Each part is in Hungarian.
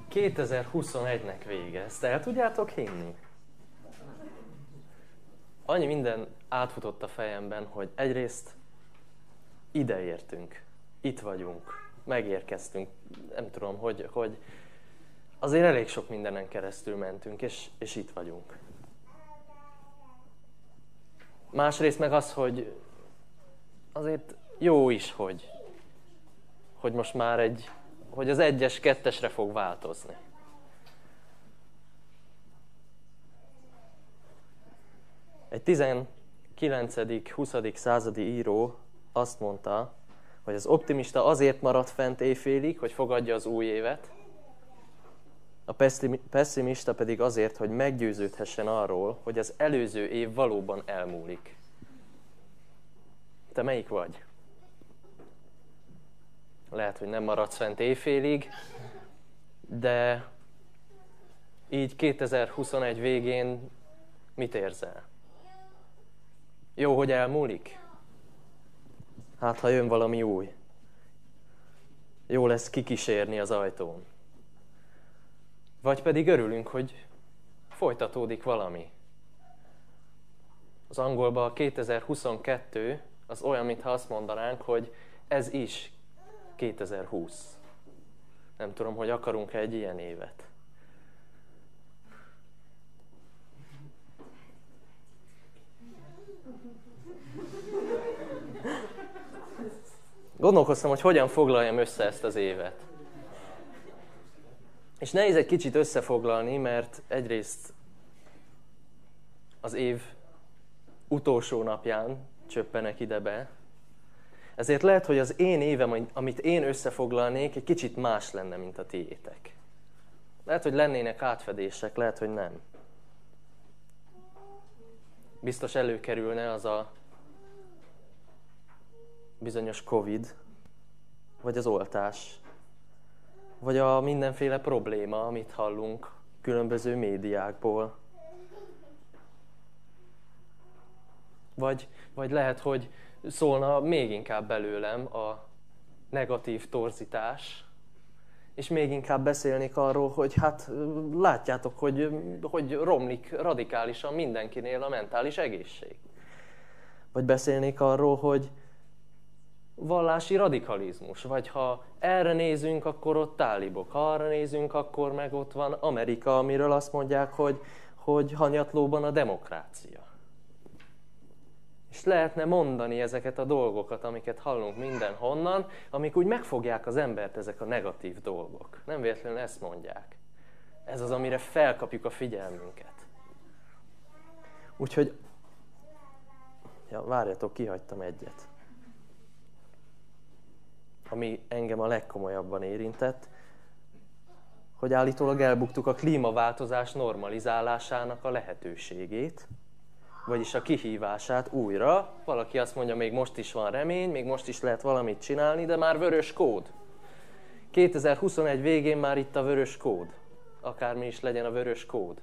2021-nek vége. Ezt el tudjátok hinni? Annyi minden átfutott a fejemben, hogy egyrészt ide értünk, itt vagyunk, megérkeztünk. Nem tudom, hogy azért elég sok mindenen keresztül mentünk, és itt vagyunk. Másrészt meg az, hogy azért jó is, hogy most már hogy az 1-es 2-esre fog változni. Egy 19.-20. századi író azt mondta, hogy az optimista azért marad fent éjfélig, hogy fogadja az új évet, a pesszimista pedig azért, hogy meggyőződhessen arról, hogy az előző év valóban elmúlik. Te melyik vagy? Lehet, hogy nem maradsz fent éjfélig, de így 2021 végén mit érzel? Jó, hogy elmúlik? Hát, ha jön valami új. Jó lesz kikísérni az ajtón. Vagy pedig örülünk, hogy folytatódik valami. Az angolban a 2022 az olyan, mintha azt mondanánk, hogy ez is 2020. Nem tudom, hogy akarunk-e egy ilyen évet. Gondolkoztam, hogy hogyan foglaljam össze ezt az évet. És nehéz egy kicsit összefoglalni, mert egyrészt az év utolsó napján csöppenek ide be. Ezért lehet, hogy az én évem, amit én összefoglalnék, egy kicsit más lenne, mint a tiétek. Lehet, hogy lennének átfedések, lehet, hogy nem. Biztos előkerülne az a bizonyos Covid, vagy az oltás, vagy a mindenféle probléma, amit hallunk különböző médiákból. Vagy lehet, hogy szólna még inkább belőlem a negatív torzítás, és még inkább beszélnék arról, hogy hát látjátok, hogy romlik radikálisan mindenkinél a mentális egészség. Vagy beszélnék arról, hogy vallási radikalizmus, vagy ha erre nézünk, akkor ott tálibok, ha arra nézünk, akkor meg ott van Amerika, amiről azt mondják, hogy hanyatlóban a demokrácia. És lehetne mondani ezeket a dolgokat, amiket hallunk mindenhonnan, amik úgy megfogják az embert, ezek a negatív dolgok. Nem véletlenül ezt mondják. Ez az, amire felkapjuk a figyelmünket. Úgyhogy, várjatok, kihagytam egyet. Ami engem a legkomolyabban érintett, hogy állítólag elbuktuk a klímaváltozás normalizálásának a lehetőségét, vagyis a kihívását újra. Valaki azt mondja, még most is van remény, még most is lehet valamit csinálni, de már vörös kód. 2021 végén már itt a vörös kód. Akármi is legyen a vörös kód.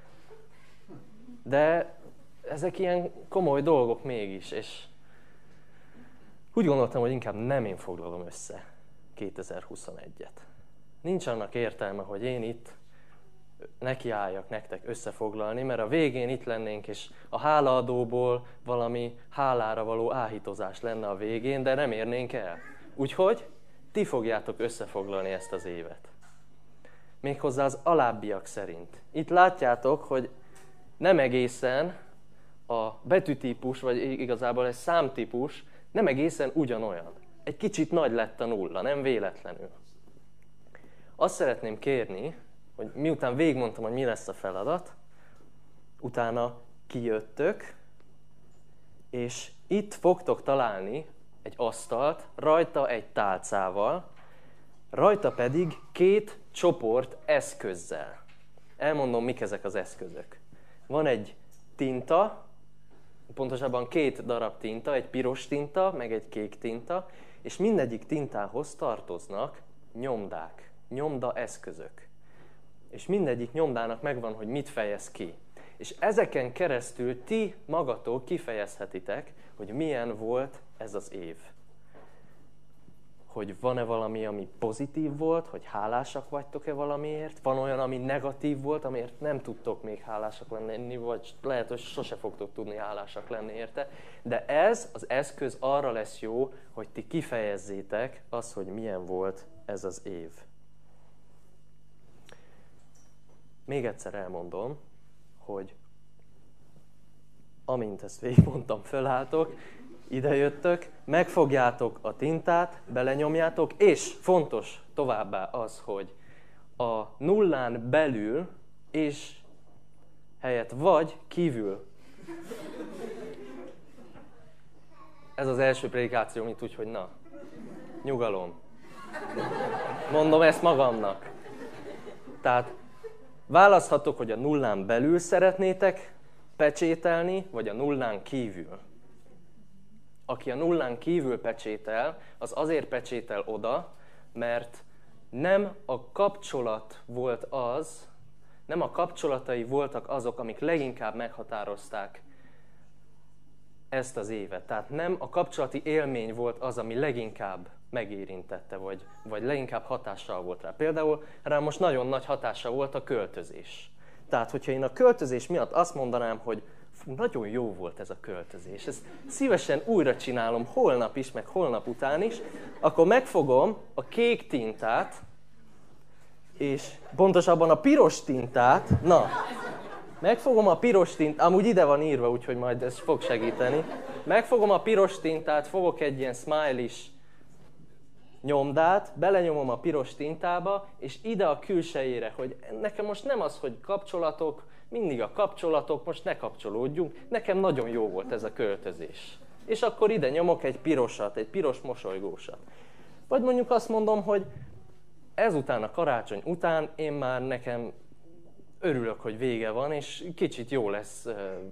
De ezek ilyen komoly dolgok mégis, és úgy gondoltam, hogy inkább nem én foglalom össze 2021-et. Nincs annak értelme, hogy én itt nekiálljak nektek összefoglalni, mert a végén itt lennénk, és a hálaadóból valami hálára való áhítozás lenne a végén, de nem érnénk el. Úgyhogy ti fogjátok összefoglalni ezt az évet. Méghozzá az alábbiak szerint. Itt látjátok, hogy nem egészen a betűtípus, vagy igazából egy számtípus nem egészen ugyanolyan. Egy kicsit nagy lett a nulla, nem véletlenül. Azt szeretném kérni, hogy miután végigmondtam, hogy mi lesz a feladat, utána kijöttök, és itt fogtok találni egy asztalt, rajta egy tálcával, rajta pedig 2 csoport eszközzel. Elmondom, mik ezek az eszközök. Van egy tinta, pontosabban 2 darab tinta, egy piros tinta, meg egy kék tinta, és mindegyik tintához tartoznak nyomdák, nyomda eszközök. És mindegyik nyomdának megvan, hogy mit fejez ki. És ezeken keresztül ti magatok kifejezhetitek, hogy milyen volt ez az év. hogy van-e valami, ami pozitív volt, hogy hálásak vagytok-e valamiért, van olyan, ami negatív volt, amiért nem tudtok még hálásak lenni, vagy lehet, hogy sose fogtok tudni hálásak lenni érte. De ez az eszköz arra lesz jó, hogy ti kifejezzétek azt, hogy milyen volt ez az év. Még egyszer elmondom, hogy amint ezt végigmondtam, fölálltok, idejöttök, megfogjátok a tintát, belenyomjátok, és fontos továbbá az, hogy a nullán belül és helyett vagy kívül. Ez az első prédikáció, mint úgy, hogy na, nyugalom. Mondom ezt magamnak. Tehát választhatok, hogy a nullán belül szeretnétek pecsételni, vagy a nullán kívül. Aki a nullán kívül pecsétel, az azért pecsétel oda, mert nem a kapcsolat volt az, nem a kapcsolatai voltak azok, amik leginkább meghatározták ezt az évet. Tehát nem a kapcsolati élmény volt az, ami leginkább megérintette, vagy leginkább hatással volt rá. Például rá most nagyon nagy hatása volt a költözés. Tehát, hogyha én a költözés miatt azt mondanám, hogy nagyon jó volt ez a költözés, ezt szívesen újra csinálom holnap is, meg holnap után is, akkor megfogom a kék tintát, és pontosabban a piros tintát, megfogom a piros tintát, amúgy ide van írva, úgyhogy majd ez fog segíteni. Megfogom a piros tintát, fogok egy ilyen smiley-s nyomdát, belenyomom a piros tintába, és ide a külsejére, hogy nekem most nem az, hogy kapcsolatok, mindig a kapcsolatok, most ne kapcsolódjunk, nekem nagyon jó volt ez a költözés. És akkor ide nyomok egy pirosat, egy piros mosolygósat. Vagy mondjuk azt mondom, hogy ezután a karácsony után én már nekem örülök, hogy vége van, és kicsit jó lesz,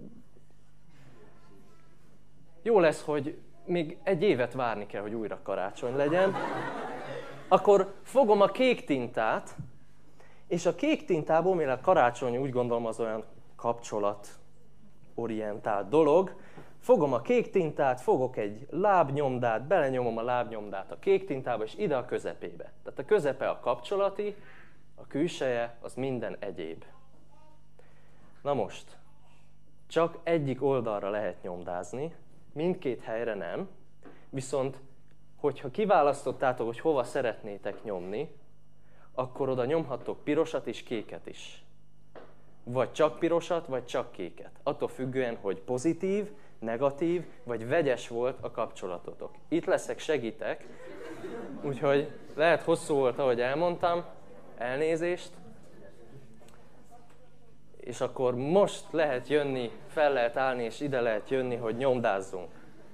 hogy még egy évet várni kell, hogy újra karácsony legyen. Akkor fogom a kék tintát, és a kék tintából, mivel a karácsony úgy gondolom az olyan kapcsolatorientált dolog, fogom a kék tintát, fogok egy lábnyomdát, belenyomom a lábnyomdát a kék tintába, és ide a közepébe. Tehát a közepe a kapcsolati, a külseje az minden egyéb. Na most, csak egyik oldalra lehet nyomdázni, mindkét helyre nem, viszont hogyha kiválasztottátok, hogy hova szeretnétek nyomni, akkor oda nyomhattok pirosat és kéket is. Vagy csak pirosat, vagy csak kéket. Attól függően, hogy pozitív, negatív, vagy vegyes volt a kapcsolatotok. Itt leszek, segítek, úgyhogy lehet hosszú volt, ahogy elmondtam, elnézést. És akkor most lehet jönni, fel lehet állni, és ide lehet jönni, hogy nyomdázzunk.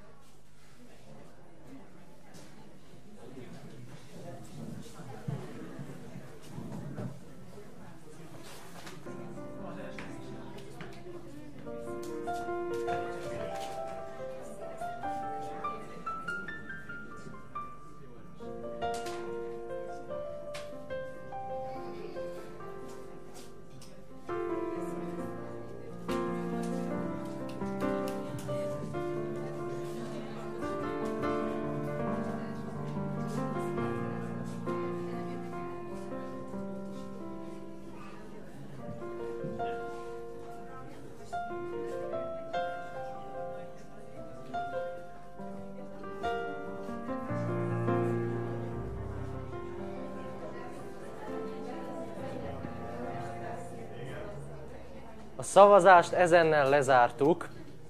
A szavazást ezennel lezártuk,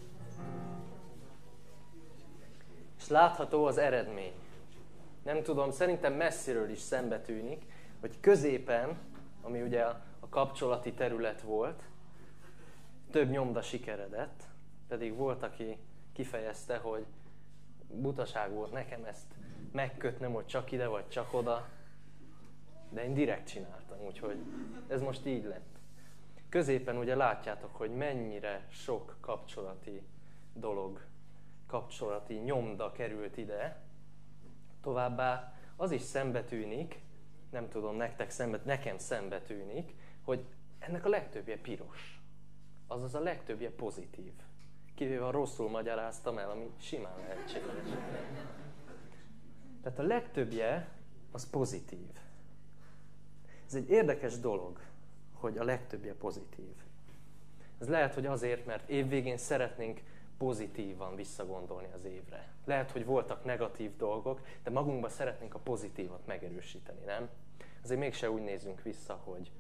és látható az eredmény. Nem tudom, szerintem messziről is szembetűnik, hogy középen, ami ugye a kapcsolati terület volt, több nyomda sikeredett, pedig volt, aki kifejezte, hogy butaság volt nekem ezt megkötnem, hogy csak ide vagy csak oda, de én direkt csináltam, úgyhogy ez most így lett. Középen ugye látjátok, hogy mennyire sok kapcsolati dolog, kapcsolati nyomda került ide. Továbbá az is szembetűnik, nem tudom, nekem szembetűnik, hogy ennek a legtöbbje piros. Azaz a legtöbbje pozitív. Kivéve a rosszul magyaráztam el, ami simán lehetséges. Tehát a legtöbbje az pozitív. Ez egy érdekes dolog, hogy a legtöbbje pozitív. Ez lehet, hogy azért, mert évvégén szeretnénk pozitívan visszagondolni az évre. Lehet, hogy voltak negatív dolgok, de magunkban szeretnénk a pozitívat megerősíteni, nem? Azért mégse úgy nézzünk vissza, hogy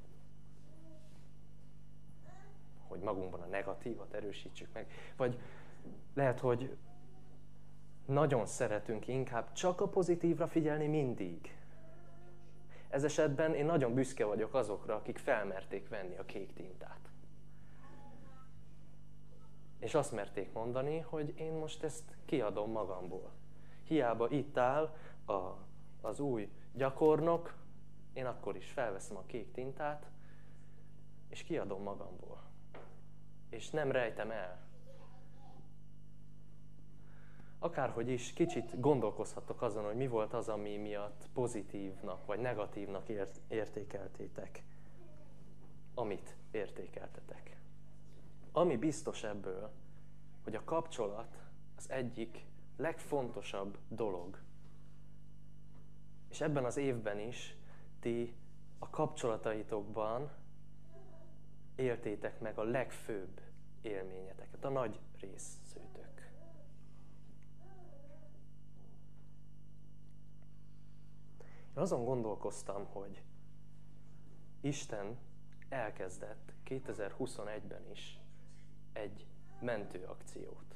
magunkban a negatívat erősítsük meg. Vagy lehet, hogy nagyon szeretünk inkább csak a pozitívra figyelni mindig. Ez esetben én nagyon büszke vagyok azokra, akik felmerték venni a kék tintát. És azt merték mondani, hogy én most ezt kiadom magamból. Hiába itt áll az új gyakornok, én akkor is felveszem a kék tintát, és kiadom magamból. És nem rejtem el. Akárhogy is, kicsit gondolkozhattok azon, hogy mi volt az, ami miatt pozitívnak vagy negatívnak értékeltétek, amit értékeltetek. Ami biztos ebből, hogy a kapcsolat az egyik legfontosabb dolog. És ebben az évben is ti a kapcsolataitokban éltétek meg a legfőbb élményeteket, a nagy részszőtök. Én azon gondolkoztam, hogy Isten elkezdett 2021-ben is egy mentőakciót.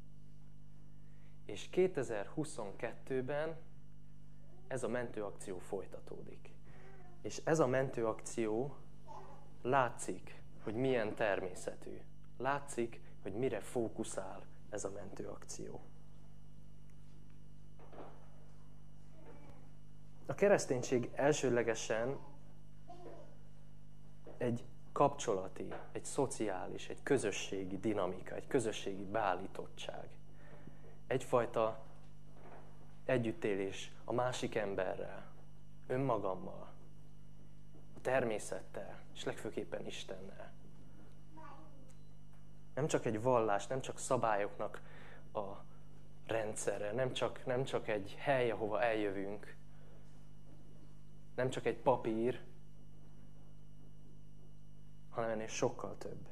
És 2022-ben ez a mentőakció folytatódik. És ez a mentőakció látszik, hogy milyen természetű. Látszik, hogy mire fókuszál ez a mentőakció. A kereszténység elsőlegesen egy kapcsolati, egy szociális, egy közösségi dinamika, egy közösségi beállítottság. Egyfajta együttélés a másik emberrel, önmagammal, a természettel, és legfőképpen Istennel. Nem csak egy vallás, nem csak szabályoknak a rendszere, nem csak egy hely, ahova eljövünk, nem csak egy papír, hanem ennél sokkal több.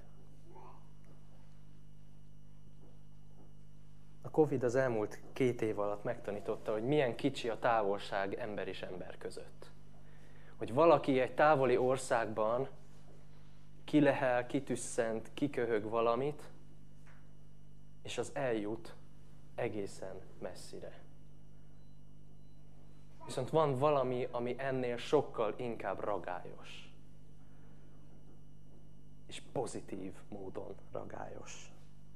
A Covid az elmúlt 2 év alatt megtanította, hogy milyen kicsi a távolság ember és ember között. Hogy valaki egy távoli országban kilehel, kitüsszent, kiköhög valamit, és az eljut egészen messzire. Viszont van valami, ami ennél sokkal inkább ragályos. És pozitív módon ragályos.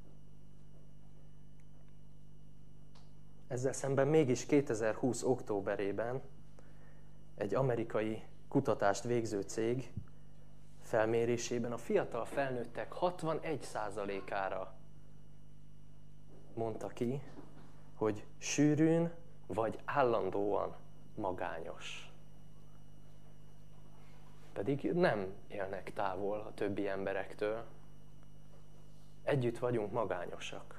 Ezzel szemben mégis 2020. októberében egy amerikai kutatást végző cég felmérésében a fiatal felnőttek 61%-ára mondta ki, hogy sűrűn vagy állandóan magányos. Pedig nem élnek távol a többi emberektől. Együtt vagyunk magányosak.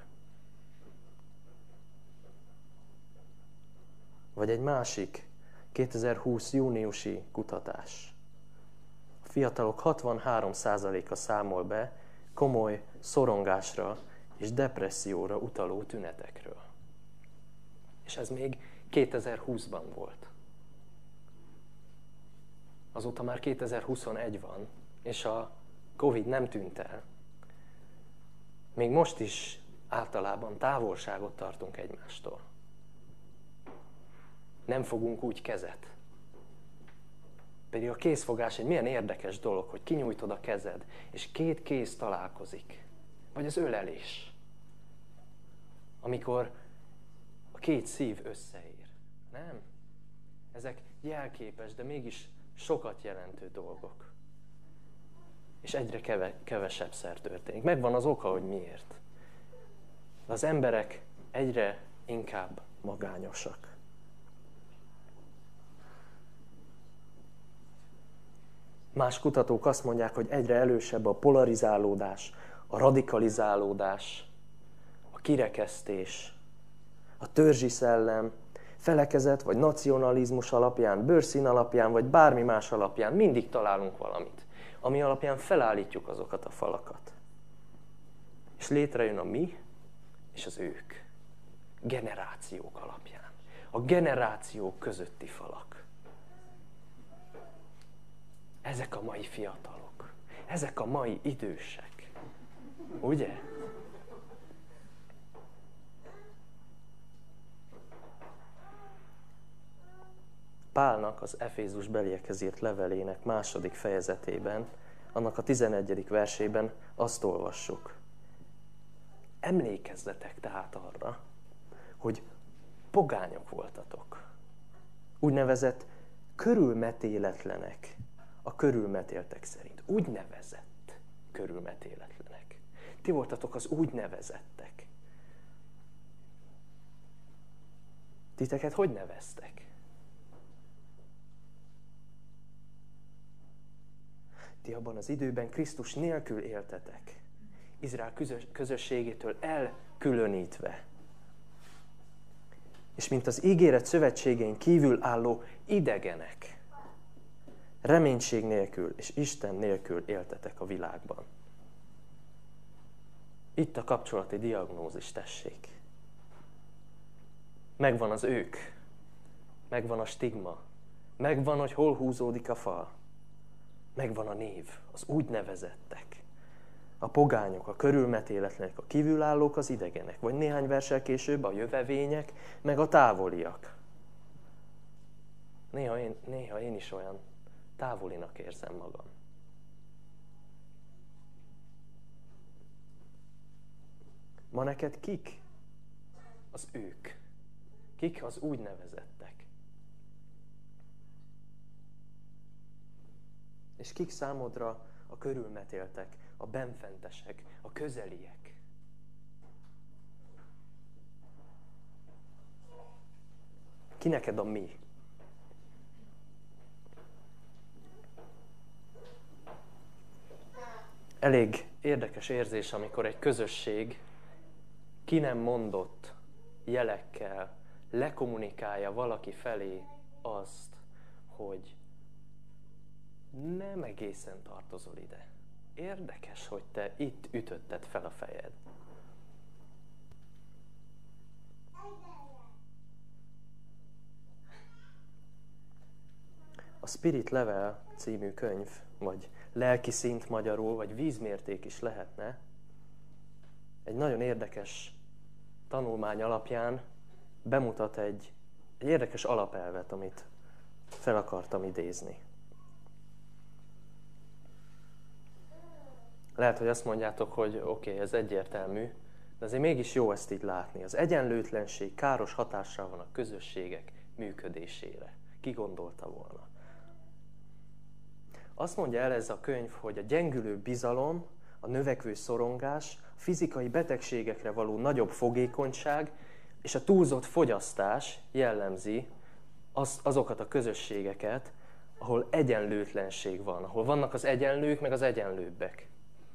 Vagy egy másik 2020. júniusi kutatás. A fiatalok 63%-a számol be komoly szorongásra és depresszióra utaló tünetekről. És ez még 2020-ban volt. Azóta már 2021 van, és a Covid nem tűnt el. Még most is általában távolságot tartunk egymástól. Nem fogunk úgy kezet. Pedig a kézfogás egy milyen érdekes dolog, hogy kinyújtod a kezed, és 2 kéz találkozik. Vagy az ölelés. Amikor a 2 szív összeér. Nem? Ezek jelképes, de mégis sokat jelentő dolgok. És egyre kevesebbszer történik. Megvan az oka, hogy miért. De az emberek egyre inkább magányosak. Más kutatók azt mondják, hogy egyre erősebb a polarizálódás, a radikalizálódás, a kirekesztés, a törzsi szellem, felekezet, vagy nacionalizmus alapján, bőrszín alapján, vagy bármi más alapján mindig találunk valamit, ami alapján felállítjuk azokat a falakat. És létrejön a mi és az ők. Generációk alapján. A generációk közötti falak. Ezek a mai fiatalok. Ezek a mai idősek. Ugye? Pálnak az Efézus beliekhez írt levelének 2. fejezetében, annak a 11. versében azt olvassuk. Emlékezzetek tehát arra, hogy pogányok voltatok. Úgynevezett körülmetéletlenek a körülmetéltek szerint. Úgynevezett körülmetéletlenek. Ti voltatok az úgynevezettek. Titeket hogy neveztek? Ti abban az időben Krisztus nélkül éltetek. Izrael közösségétől elkülönítve. És mint az ígéret szövetségén kívül álló idegenek, reménység nélkül és Isten nélkül éltetek a világban. Itt a kapcsolati diagnózis, tessék. Megvan az ők, megvan a stigma, megvan, hogy hol húzódik a fal, megvan a név, az úgynevezettek. A pogányok, a körülmetéletlenek, a kívülállók, az idegenek, vagy néhány verssel később a jövevények, meg a távoliak. Néha én is olyan távolinak érzem magam. Ma neked kik az ők? Kik az úgynevezettek? És kik számodra a körülmetéltek, a benfentesek, a közeliek? Ki neked a mi? Elég érdekes érzés, amikor egy közösség ki nem mondott jelekkel lekommunikálja valaki felé azt, hogy nem egészen tartozol ide. Érdekes, hogy te itt ütötted fel a fejed. A Spirit Level című könyv, vagy lelki szint magyarul, vagy vízmérték is lehetne, egy nagyon érdekes tanulmány alapján bemutat egy érdekes alapelvet, amit fel akartam idézni. Lehet, hogy azt mondjátok, hogy oké, ez egyértelmű, de azért mégis jó ezt így látni. Az egyenlőtlenség káros hatással van a közösségek működésére. Ki gondolta volna? Azt mondja el ez a könyv, hogy a gyengülő bizalom, a növekvő szorongás, a fizikai betegségekre való nagyobb fogékonyság és a túlzott fogyasztás jellemzi azokat a közösségeket, ahol egyenlőtlenség van, ahol vannak az egyenlők meg az egyenlőbbek.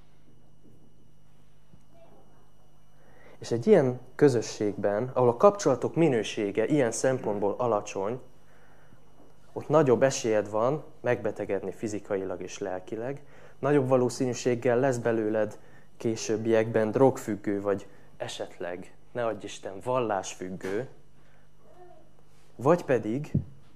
És egy ilyen közösségben, ahol a kapcsolatok minősége ilyen szempontból alacsony, ott nagyobb esélyed van megbetegedni fizikailag és lelkileg, nagyobb valószínűséggel lesz belőled későbbiekben drogfüggő, vagy esetleg, ne adj Isten, vallásfüggő, vagy pedig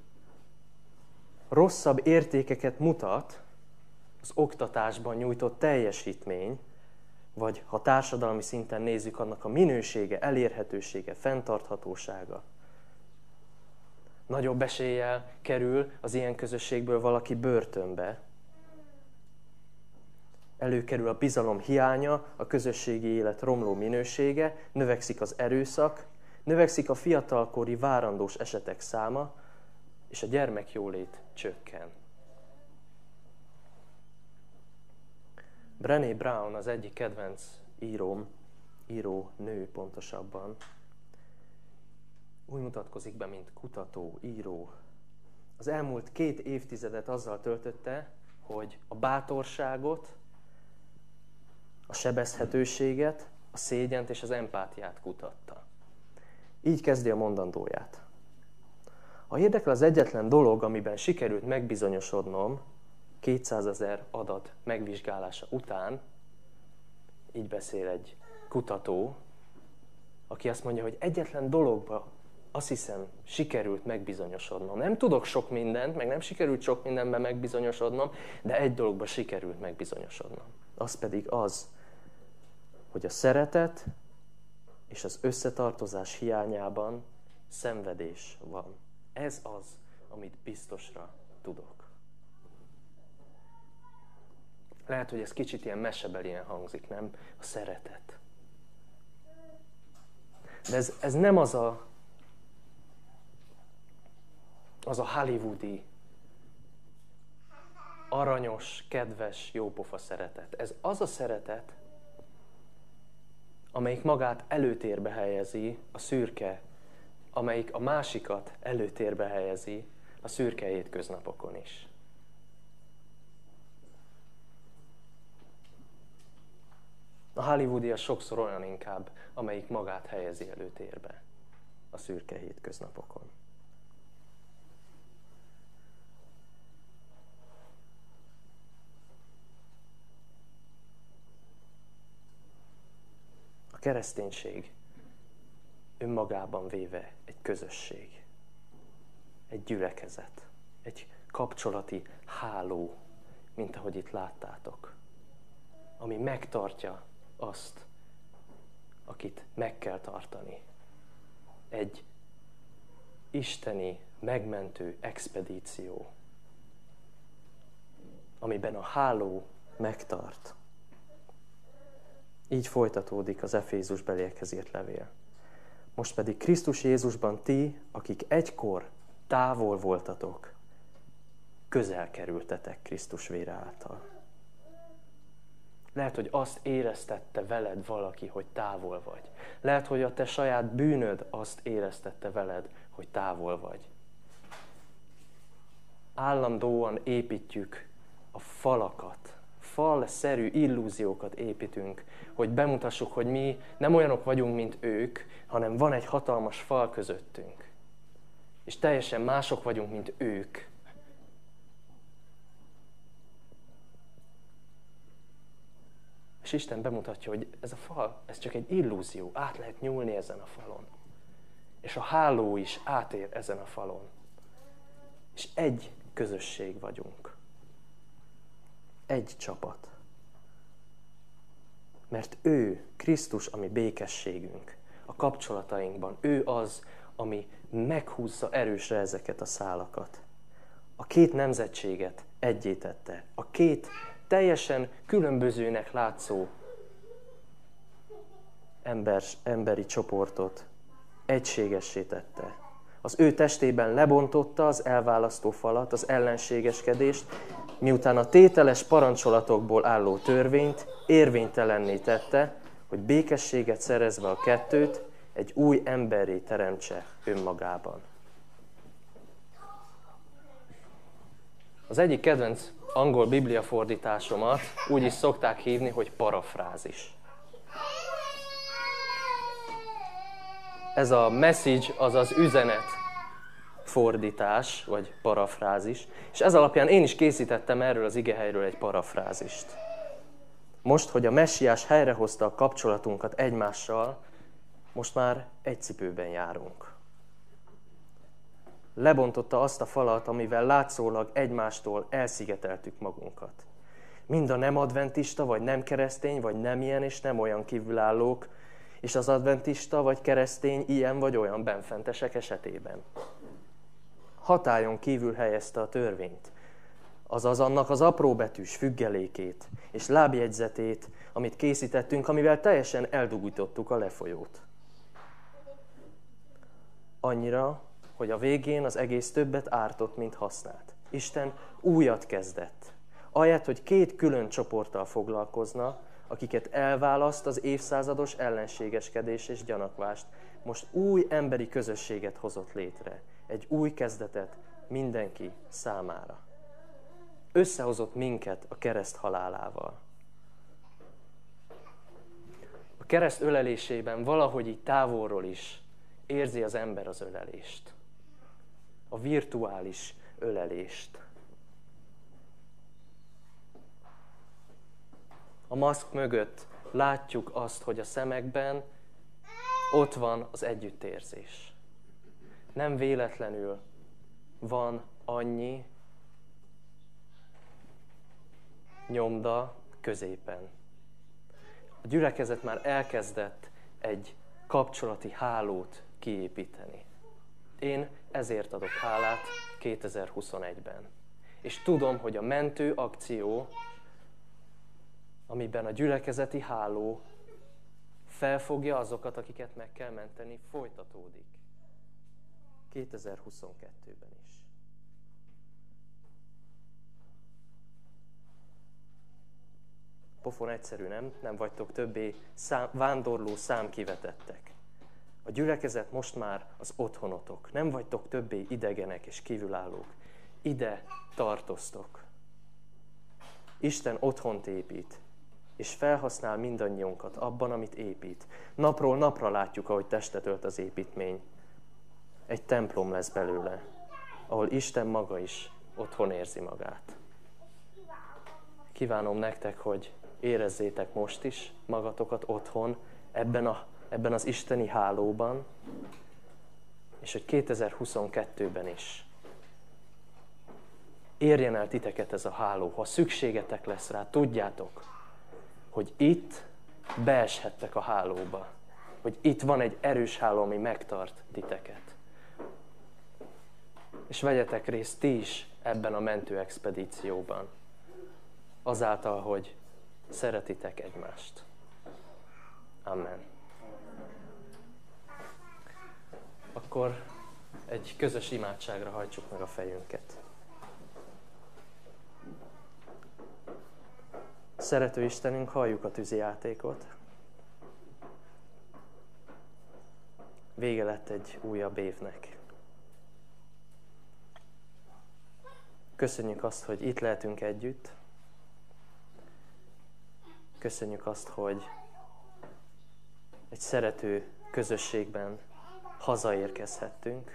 rosszabb értékeket mutat az oktatásban nyújtott teljesítmény, vagy ha társadalmi szinten nézzük, annak a minősége, elérhetősége, fenntarthatósága. Nagyobb eséllyel kerül az ilyen közösségből valaki börtönbe. Előkerül a bizalom hiánya, a közösségi élet romló minősége, növekszik az erőszak, növekszik a fiatalkori várandós esetek száma, és a gyermekjólét csökken. Brené Brown, az egyik kedvenc író-nő pontosabban, úgy mutatkozik be, mint kutató, író. Az elmúlt 2 évtizedet azzal töltötte, hogy a bátorságot, a sebezhetőséget, a szégyent és az empátiát kutatta. Így kezdi a mondandóját. Ha érdekel az egyetlen dolog, amiben sikerült megbizonyosodnom 200 000 adat megvizsgálása után, így beszél egy kutató, aki azt mondja, hogy egyetlen dologba azt hiszem sikerült megbizonyosodnom. Nem tudok sok mindent, meg nem sikerült sok mindenben megbizonyosodnom, de egy dologba sikerült megbizonyosodnom. Az pedig az, hogy a szeretet és az összetartozás hiányában szenvedés van. Ez az, amit biztosra tudok. Lehet, hogy ez kicsit ilyen mesebelien hangzik, nem? A szeretet. De ez nem az a hollywoodi, aranyos, kedves, jópofa szeretet. Ez az a szeretet, amelyik magát előtérbe helyezi a szürke, amelyik a másikat előtérbe helyezi a szürke hétköznapokon is. A hollywoodi az sokszor olyan inkább, amelyik magát helyezi előtérbe a szürke hétköznapokon. A kereszténység önmagában véve egy közösség, egy gyülekezet, egy kapcsolati háló, mint ahogy itt láttátok, ami megtartja azt, akit meg kell tartani. Egy isteni, megmentő expedíció, amiben a háló megtart. Így folytatódik az Efézusbeliekhez írt levél. Most pedig Krisztus Jézusban ti, akik egykor távol voltatok, közel kerültetek Krisztus vére által. Lehet, hogy azt éreztette veled valaki, hogy távol vagy. Lehet, hogy a te saját bűnöd azt éreztette veled, hogy távol vagy. Állandóan építjük a falakat, falszerű illúziókat építünk, hogy bemutassuk, hogy mi nem olyanok vagyunk, mint ők, hanem van egy hatalmas fal közöttünk. És teljesen mások vagyunk, mint ők. És Isten bemutatja, hogy ez a fal, ez csak egy illúzió, át lehet nyúlni ezen a falon. És a háló is átér ezen a falon. És egy közösség vagyunk. Egy csapat. Mert ő, Krisztus, ami békességünk, a kapcsolatainkban, ő az, ami meghúzza erősre ezeket a szálakat. A két nemzetséget egyé tette. A két teljesen különbözőnek látszó emberi csoportot egységessé tette. Az ő testében lebontotta az elválasztó falat, az ellenségeskedést, miután a tételes parancsolatokból álló törvényt érvénytelenné tette, hogy békességet szerezve a kettőt, egy új emberré teremtse önmagában. Az egyik kedvenc angol bibliafordításomat úgy is szokták hívni, hogy parafrázis. Ez a message, azaz üzenet fordítás, vagy parafrázis, és ez alapján én is készítettem erről az igehelyről egy parafrázist. Most, hogy a messiás helyrehozta a kapcsolatunkat egymással, most már egy cipőben járunk. Lebontotta azt a falat, amivel látszólag egymástól elszigeteltük magunkat. Mind a nem adventista, vagy nem keresztény, vagy nem ilyen és nem olyan kívülállók, és az adventista vagy keresztény ilyen vagy olyan benfentesek esetében. Hatályon kívül helyezte a törvényt, azaz annak az apróbetűs függelékét és lábjegyzetét, amit készítettünk, amivel teljesen eldugítottuk a lefolyót. Annyira, hogy a végén az egész többet ártott, mint használt. Isten újat kezdett. Ahelyett, hogy két külön csoporttal foglalkozna, akiket elválaszt az évszázados ellenségeskedés és gyanakvást, most új emberi közösséget hozott létre. Egy új kezdetet mindenki számára. Összehozott minket a kereszt halálával. A kereszt ölelésében valahogy így távolról is érzi az ember az ölelést. a virtuális ölelést. A maszk mögött látjuk azt, hogy a szemekben ott van az együttérzés. Nem véletlenül van annyi nyomda középen. A gyülekezet már elkezdett egy kapcsolati hálót kiépíteni. Én ezért adok hálát 2021-ben. És tudom, hogy a mentő akció, amiben a gyülekezeti háló felfogja azokat, akiket meg kell menteni, folytatódik. 2022-ben is. Pofon egyszerű, nem? Nem vagytok többé vándorló számkivetettek. A gyülekezet most már az otthonotok. Nem vagytok többé idegenek és kívülállók. Ide tartoztok. Isten otthont épít, és felhasznál mindannyiunkat abban, amit épít. Napról napra látjuk, ahogy testet ölt az építmény. Egy templom lesz belőle, ahol Isten maga is otthon érzi magát. Kívánom nektek, hogy érezzétek most is magatokat otthon, ebben az isteni hálóban, és hogy 2022-ben is érjen el titeket ez a háló. Ha szükségetek lesz rá, tudjátok, hogy itt beeshettek a hálóba. Hogy itt van egy erős háló, ami megtart titeket. És vegyetek részt ti is ebben a mentőexpedícióban. Azáltal, hogy szeretitek egymást. Amen. Akkor egy közös imádságra hajtsuk meg a fejünket. Szerető Istenünk, halljuk a tűzijátékot. Vége lett egy újabb évnek. Köszönjük azt, hogy itt lehetünk együtt. Köszönjük azt, hogy egy szerető közösségben hazaérkezhettünk.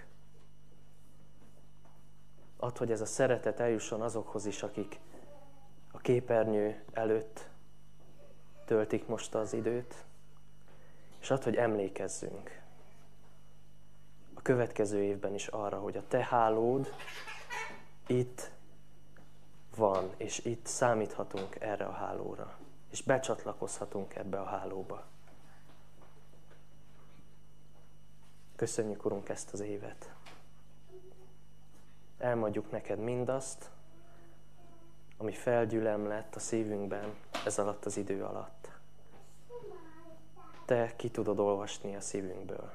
Add, hogy ez a szeretet eljusson azokhoz is, akik a képernyő előtt töltik most az időt, és add, hogy emlékezzünk a következő évben is arra, hogy a te hálód itt van, és itt számíthatunk erre a hálóra, és becsatlakozhatunk ebbe a hálóba. Köszönjük, Urunk, ezt az évet. Elmondjuk neked mindazt, ami felgyülem lett a szívünkben ez alatt az idő alatt. Te ki tudod olvasni a szívünkből.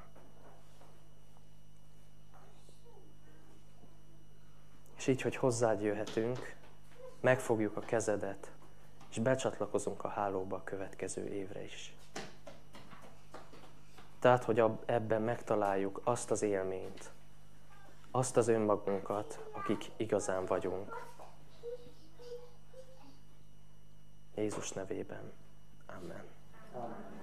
És így, hogy hozzád jöhetünk, megfogjuk a kezedet, és becsatlakozunk a hálóba a következő évre is. Tehát, hogy ebben megtaláljuk azt az élményt, azt az önmagunkat, akik igazán vagyunk. Jézus nevében. Amen.